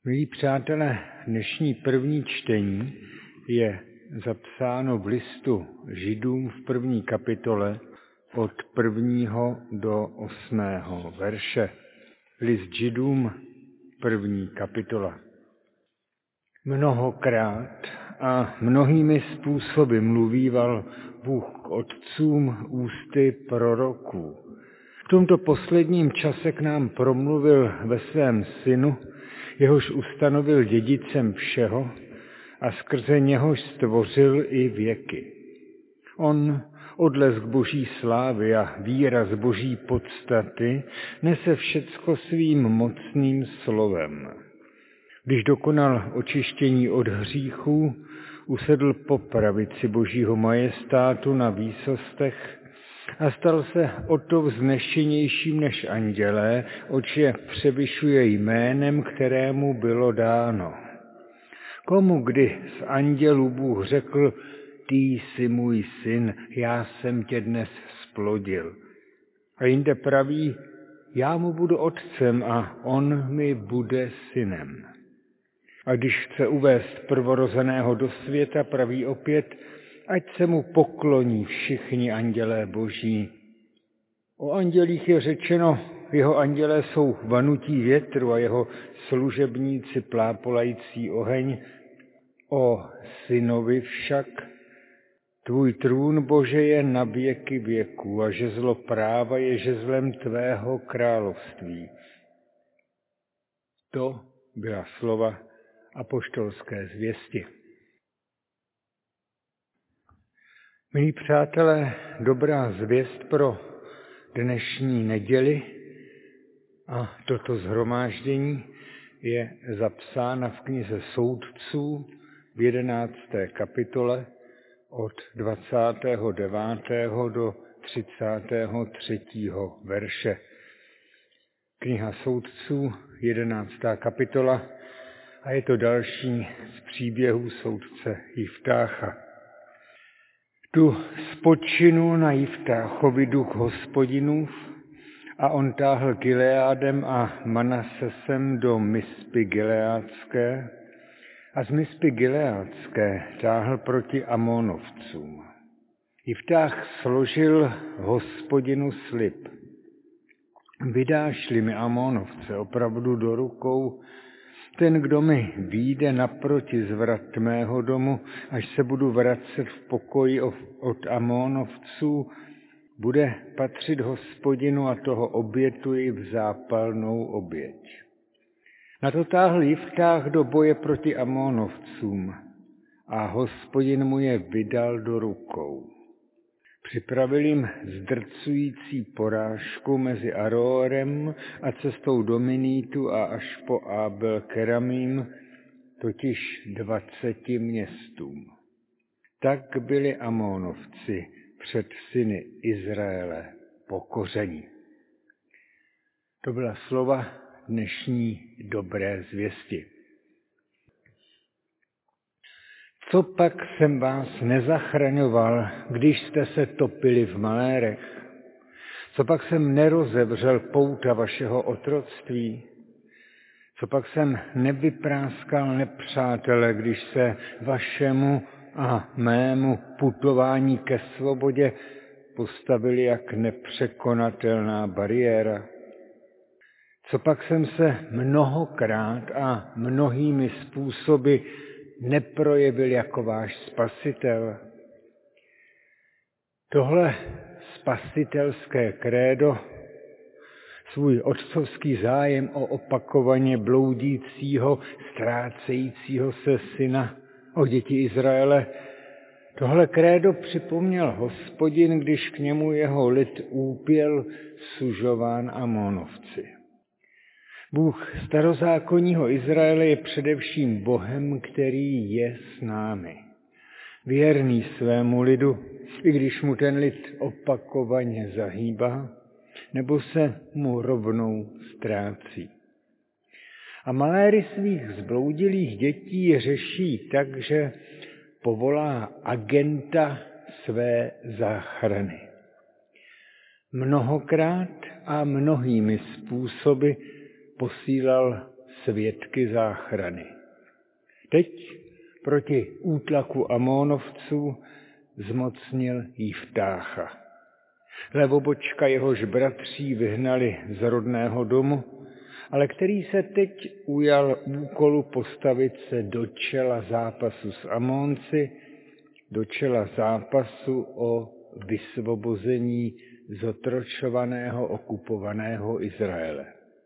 Milí přátelé, dnešní první čtení je zapsáno v listu Židům v 1. kapitole od 1. do 8. verše. List Židům, 1. kapitola. Mnohokrát a mnohými způsoby mluvíval Bůh k otcům ústy proroků. V tomto posledním čase k nám promluvil ve svém synu, jehož ustanovil dědicem všeho a skrze něhož stvořil i věky. On, odlesk boží slávy a výraz boží podstaty, nese všecko svým mocným slovem. Když dokonal očištění od hříchů, usedl po pravici božího majestátu na výsostech a stal se o to vznešenějším než andělé, oč je převyšuje jménem, kterému bylo dáno. Komu kdy z andělů Bůh řekl, ty jsi můj syn, já jsem tě dnes splodil. A jinde praví, já mu budu otcem a on mi bude synem. A když chce uvést prvorozeného do světa, praví opět, ať se mu pokloní všichni andělé boží. O andělích je řečeno, jeho andělé jsou vanutí větru a jeho služebníci plápolající oheň. O synovi však, tvůj trůn, Bože, je na věky věků a žezlo práva je žezlem tvého království. To byla slova apoštolské zvěsti. Milí přátelé, dobrá zvěst pro dnešní neděli a toto shromáždění je zapsána v knize Soudců v 11. kapitole od 29. do 33. verše. Kniha Soudců, 11. kapitola, a je to další z příběhů soudce Jiftácha. Tu spočinu na Jiftáchovi duch Hospodinův a on táhl Gileádem a Manasesem do Mispy Gileádské a z Mispy Gileádské táhl proti Amonovcům. Jiftách složil Hospodinu slib. Vydáš-li mi Amonovce opravdu do rukou, ten, kdo mi vyjde naproti zvrat mého domu, až se budu vracet v pokoji od Amonovců, bude patřit Hospodinu a toho obětuji v zápalnou oběť. Na to táhl Jiftách do boje proti Amonovcům a Hospodin mu je vydal do rukou. Připravil jim zdrcující porážku mezi Aroerem a cestou do Minítu a až po Abel Keramím, totiž 20 městům. Tak byli Amonovci před syny Izraele pokořeni. To byla slova dnešní dobré zvěsti. Co pak jsem vás nezachraňoval, když jste se topili v malérech? Co pak jsem nerozevřel pouta vašeho otroctví? Co pak jsem nevypráskal nepřátele, když se vašemu a mému putování ke svobodě postavili jak nepřekonatelná bariéra? Co pak jsem se mnohokrát a mnohými způsoby neprojevil jako váš spasitel? Tohle spasitelské krédo, svůj otcovský zájem o opakovaně bloudícího, ztrácejícího se syna, o děti Izraele, tohle krédo připomněl Hospodin, když k němu jeho lid úpěl sužován Amonovci. Bůh starozákonního Izraele je především Bohem, který je s námi. Věrný svému lidu, i když mu ten lid opakovaně zahýbá, nebo se mu rovnou ztrácí. A maléry svých zbloudilých dětí řeší tak, že povolá agenta své záchrany. Mnohokrát a mnohými způsoby posílal svědky záchrany. Teď proti útlaku Amonovců zmocnil Jiftácha. Levobočka, jehož bratří vyhnali z rodného domu, ale který se teď ujal úkolu postavit se do čela zápasu s Amonci, do čela zápasu o vysvobození zotročovaného, okupovaného Izraele.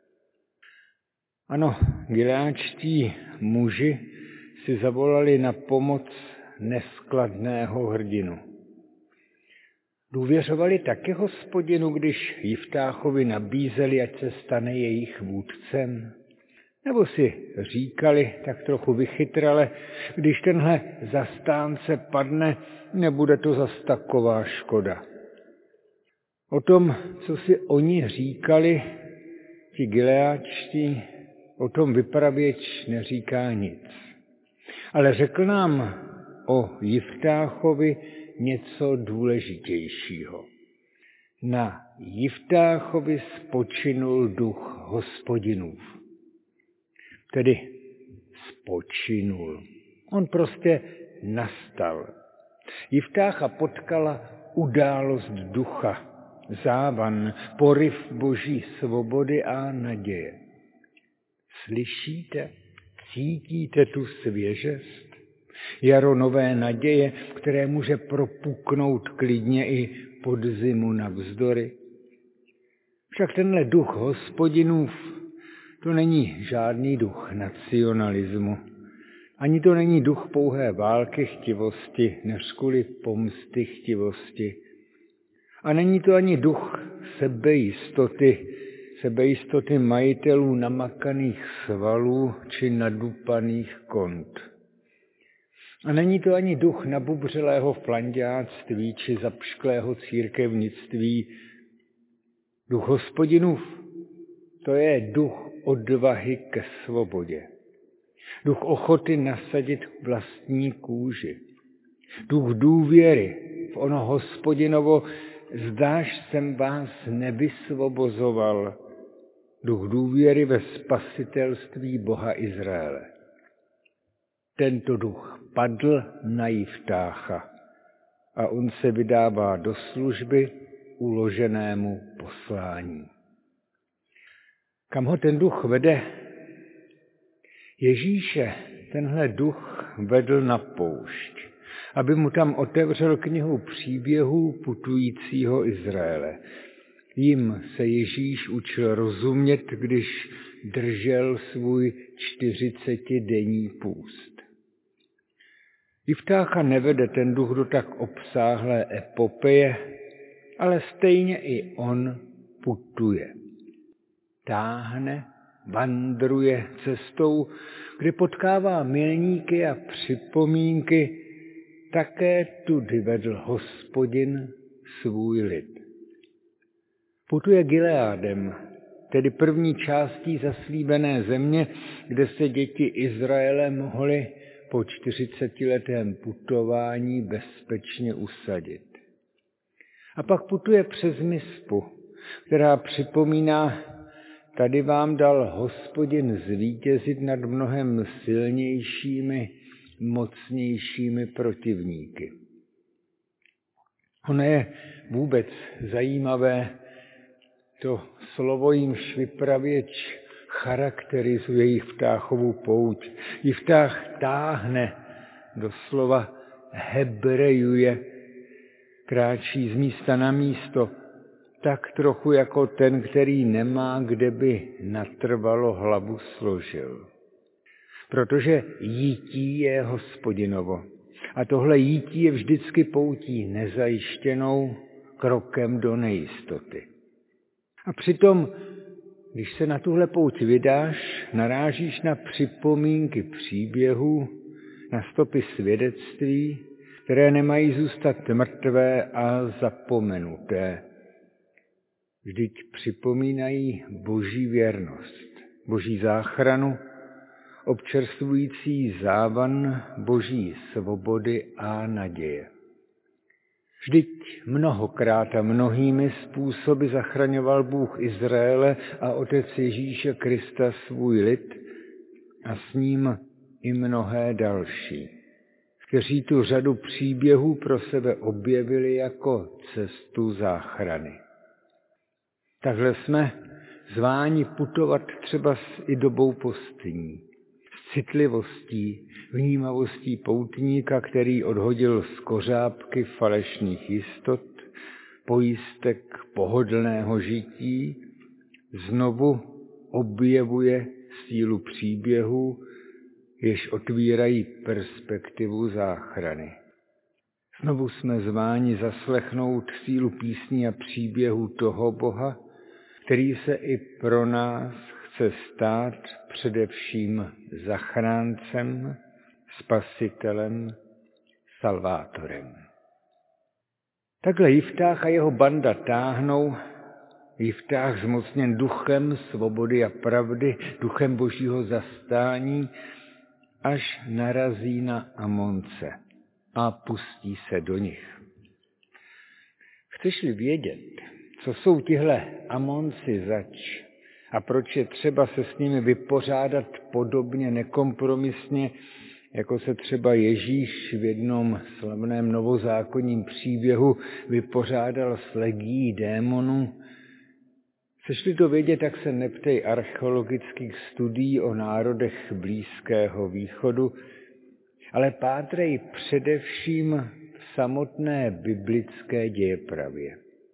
Ano, gileáčtí muži si zavolali na pomoc neskladného hrdinu. Důvěřovali taky Hospodinu, když Jiftáchovi nabízeli, ať se stane jejich vůdcem? Nebo si říkali tak trochu vychytrale, když tenhle zastánce padne, nebude to zas taková škoda. O tom, co si oni říkali, ti gileáčtí, o tom vypravěč neříká nic. Ale řekl nám o Jiftáchovi něco důležitějšího. Na Jiftáchovi spočinul duch Hospodinův. Tedy spočinul. On prostě nastal. Jiftácha potkala událost ducha, závan, poryv boží svobody a naděje. Slyšíte, cítíte tu svěžest? Jaro nové naděje, které může propuknout klidně i podzimu navzdory. Však tenhle duch Hospodinův, to není žádný duch nacionalismu. Ani to není duch pouhé války chtivosti, než kvůli pomsty chtivosti. A není to ani duch sebejistoty majitelů namakaných svalů či nadupaných kont. A není to ani duch nabubřelého flanďáctví či zapšklého církevnictví. Duch Hospodinův, to je duch odvahy ke svobodě. Duch ochoty nasadit vlastní kůži. Duch důvěry v ono Hospodinovo, zdáš jsem vás nevysvobozoval. Duch důvěry ve spasitelství Boha Izraele. Tento duch padl na Jiftácha a on se vydává do služby uloženému poslání. Kam ho ten duch vede? Ježíše tenhle duch vedl na poušť, aby mu tam otevřel knihu příběhů putujícího Izraele. Jim se Ježíš učil rozumět, když držel svůj 40denní půst. Jiftácha nevede ten duch do tak obsáhlé epopeje, ale stejně i on putuje. Táhne, vandruje cestou, kde potkává milníky a připomínky, také tudy vedl Hospodin svůj lid. Putuje Gileádem, tedy první částí zaslíbené země, kde se děti Izraele mohly po 40letém putování bezpečně usadit. A pak putuje přes Mispu, která připomíná, tady vám dal Hospodin zvítězit nad mnohem silnějšími, mocnějšími protivníky. Ono je vůbec zajímavé, to slovo jimž vypravěč charakterizuje Jiftáchovu pouť. Jiftách táhne, doslova hebrejuje, kráčí z místa na místo, tak trochu jako ten, který nemá, kde by natrvalo hlavu složil. Protože jítí je Hospodinovo. A tohle jítí je vždycky poutí nezajištěnou, krokem do nejistoty. A přitom, když se na tuhle pouť vydáš, narážíš na připomínky příběhů, na stopy svědectví, které nemají zůstat mrtvé a zapomenuté. Vždyť připomínají Boží věrnost, Boží záchranu, občerstvující závan Boží svobody a naděje. Vždyť mnohokrát a mnohými způsoby zachraňoval Bůh Izraele a Otec Ježíše Krista svůj lid, a s ním i mnohé další, kteří tu řadu příběhů pro sebe objevili jako cestu záchrany. Takhle jsme zváni putovat třeba i dobou postní, s citlivostí, vnímavostí poutníka, který odhodil z kořápky falešných jistot, pojistek pohodlného žití, znovu objevuje sílu příběhů, jež otvírají perspektivu záchrany. Znovu jsme zváni zaslechnout sílu písní a příběhů toho Boha, který se i pro nás chce stát především zachráncem, spasitelem, salvátorem. Takhle Jiftách a jeho banda táhnou, Jiftách zmocněn duchem svobody a pravdy, duchem božího zastání, až narazí na Amonce a pustí se do nich. Chceš-li vědět, co jsou tihle Amonci zač a proč je třeba se s nimi vypořádat podobně nekompromisně, jako se třeba Ježíš v jednom slavném novozákonním příběhu vypořádal s legií démonů, chceš-li to vědět, tak se neptej archeologických studií o národech Blízkého východu, ale pátrej především v samotné biblické dějepravě.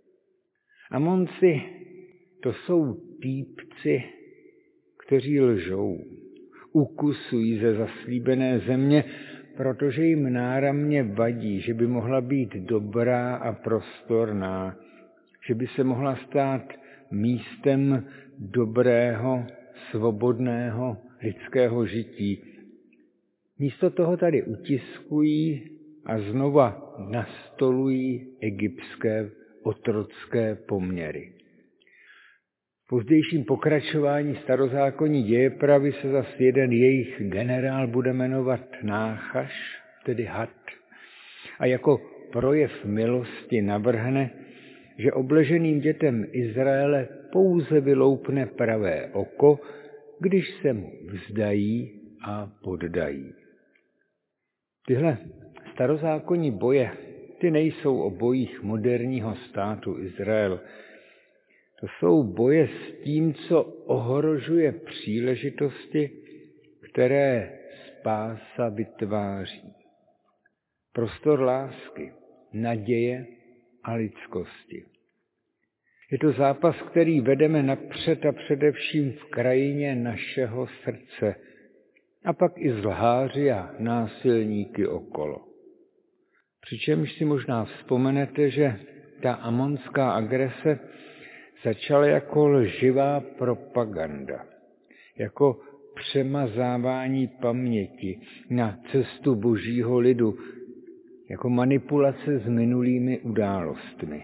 Amonci to jsou týpci, kteří lžou, ukusují ze zaslíbené země, protože jim náramně vadí, že by mohla být dobrá a prostorná, že by se mohla stát místem dobrého, svobodného lidského žití. Místo toho tady utiskují a znova nastolují egyptské otrocké poměry. V pozdějším pokračování starozákonní dějepravy se zas jeden jejich generál bude jmenovat Náchaš, tedy had, a jako projev milosti navrhne, že obleženým dětem Izraele pouze vyloupne pravé oko, když se mu vzdají a poddají. Tyhle starozákonní boje, ty nejsou o bojích moderního státu Izrael. To jsou boje s tím, co ohrožuje příležitosti, které spása vytváří. Prostor lásky, naděje a lidskosti. Je to zápas, který vedeme napřed a především v krajině našeho srdce, a pak i s lháři a násilníky okolo. Přičemž si možná vzpomenete, že ta amonská agrese začala jako lživá propaganda, jako přemazávání paměti na cestu božího lidu, jako manipulace s minulými událostmi.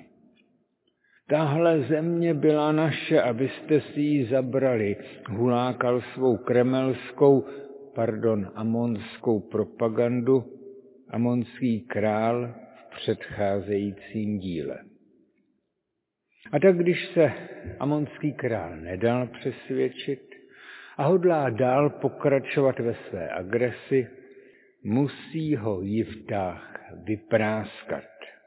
Tahle země byla naše, abyste si ji zabrali, hulákal svou amonskou propagandu amonský král v předcházejícím díle. A tak když se amonský král nedal přesvědčit a hodlá dál pokračovat ve své agresi, musí ho Jiftách vypráskat.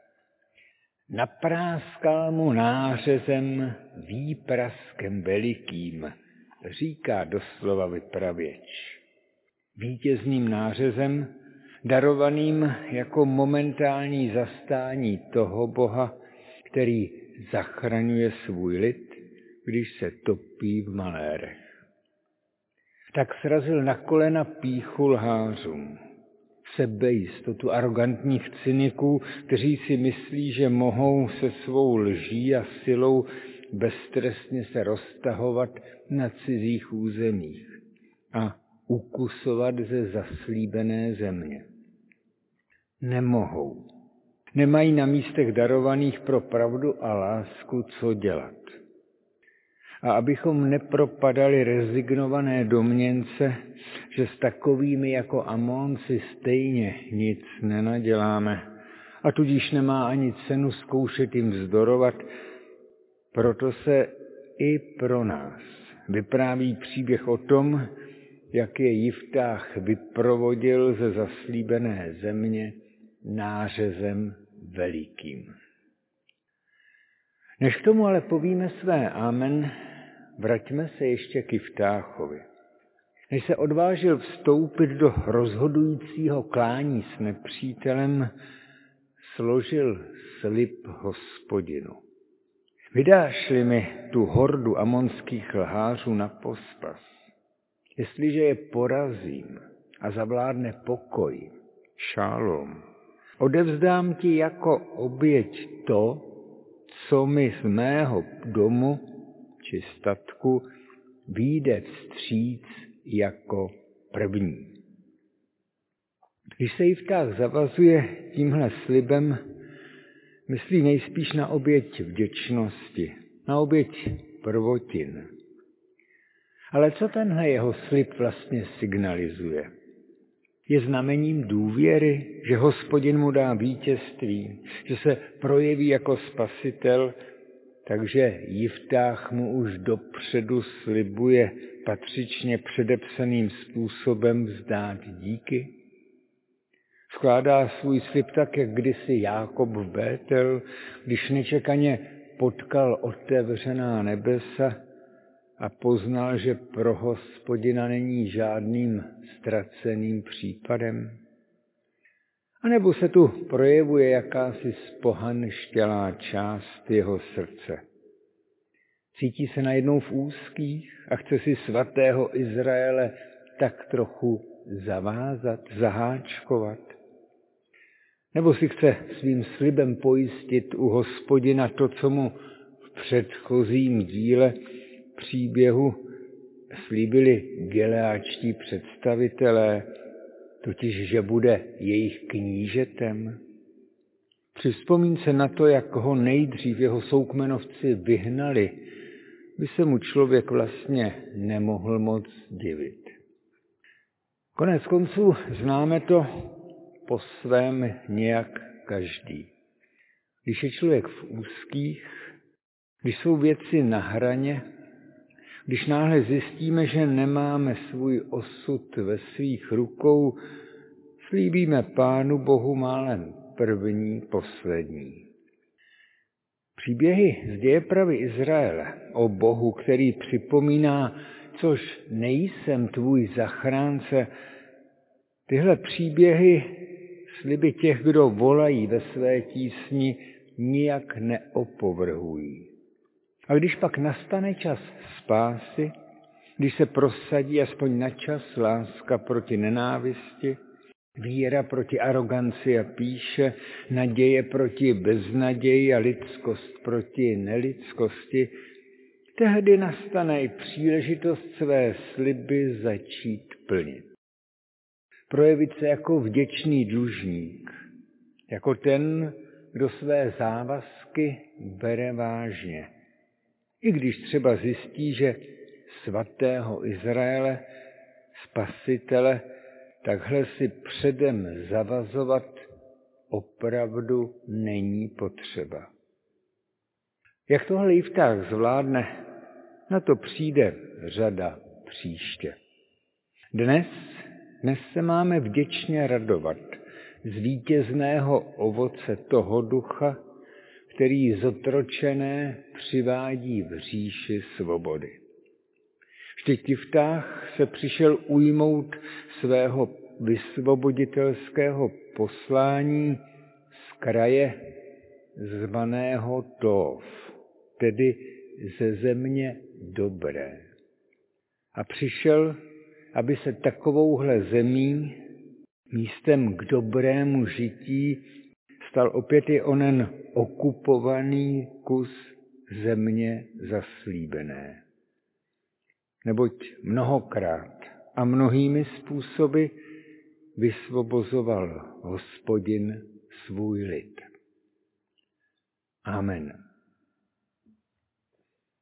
Napráskal mu nářezem výpraskem velikým, říká doslova vypravěč. Vítězným nářezem, darovaným jako momentální zastání toho Boha, který zachraňuje svůj lid, když se topí v malérech. Tak srazil na kolena pýchu lhářům, sebejistotu arrogantních cyniků, kteří si myslí, že mohou se svou lží a silou beztrestně se roztahovat na cizích územích a ukusovat ze zaslíbené země. Nemohou. Nemají na místech darovaných pro pravdu a lásku co dělat. A abychom nepropadali rezignované domněnce, že s takovými jako Amonci stejně nic nenaděláme a tudíž nemá ani cenu zkoušet jim vzdorovat, proto se i pro nás vypráví příběh o tom, jak je Jiftách vyprovodil ze zaslíbené země nářezem velikým. Než k tomu ale povíme své amen, vraťme se ještě k Jiftáchovi. Než se odvážil vstoupit do rozhodujícího klání s nepřítelem, složil slib Hospodinu. Vydáš-li mi tu hordu amonských lhářů na pospas, jestliže je porazím a zavládne pokoj, šálom, odevzdám ti jako oběť to, co mi z mého domu či statku vyjde vstříc jako první. Když se Jiftách zavazuje tímhle slibem, myslí nejspíš na oběť vděčnosti, na oběť prvotin. Ale co tenhle jeho slib vlastně signalizuje? Je znamením důvěry, že Hospodin mu dá vítězství, že se projeví jako spasitel, takže Jiftách mu už dopředu slibuje patřičně předepsaným způsobem vzdát díky? Skládá svůj slib tak, jak kdysi Jákob v Bétel, když nečekaně potkal otevřená nebesa a poznal, že pro Hospodina není žádným ztraceným případem? A nebo se tu projevuje jakási zpohanštělá část jeho srdce? Cítí se najednou v úzkých a chce si svatého Izraele tak trochu zavázat, zaháčkovat? Nebo si chce svým slibem pojistit u Hospodina to, co mu v předchozím díle příběhu slíbili gileáčtí představitelé, totiž že bude jejich knížetem? Při vzpomínce na to, jak ho nejdřív jeho soukmenovci vyhnali, by se mu člověk vlastně nemohl moc divit. Konec konců známe to po svém nějak každý. Když je člověk v úzkých, když jsou věci na hraně, když náhle zjistíme, že nemáme svůj osud ve svých rukou, slíbíme Pánu Bohu málem první, poslední. Příběhy z dějepravy Izraele o Bohu, který připomíná, což nejsem tvůj zachránce, tyhle příběhy, sliby těch, kdo volají ve své tísni, nijak neopovrhují. A když pak nastane čas spásy, když se prosadí aspoň na čas láska proti nenávisti, víra proti aroganci a pýše, naděje proti beznaději a lidskost proti nelidskosti, tehdy nastane i příležitost své sliby začít plnit. Projevit se jako vděčný dlužník, jako ten, kdo své závazky bere vážně. I když třeba zjistí, že svatého Izraele, spasitele, takhle si předem zavazovat opravdu není potřeba. Jak tohle Jiftách zvládne, na to přijde řada příště. Dnes se máme vděčně radovat z vítězného ovoce toho ducha, který zotročené přivádí v říši svobody. Vždyť Jiftách se přišel ujmout svého vysvoboditelského poslání z kraje zvaného Tóv, tedy ze země dobré. A přišel, aby se takovouhle zemí, místem k dobrému žití, stal opět i onen okupovaný kus země zaslíbené. Neboť mnohokrát a mnohými způsoby vysvobozoval Hospodin svůj lid. Amen.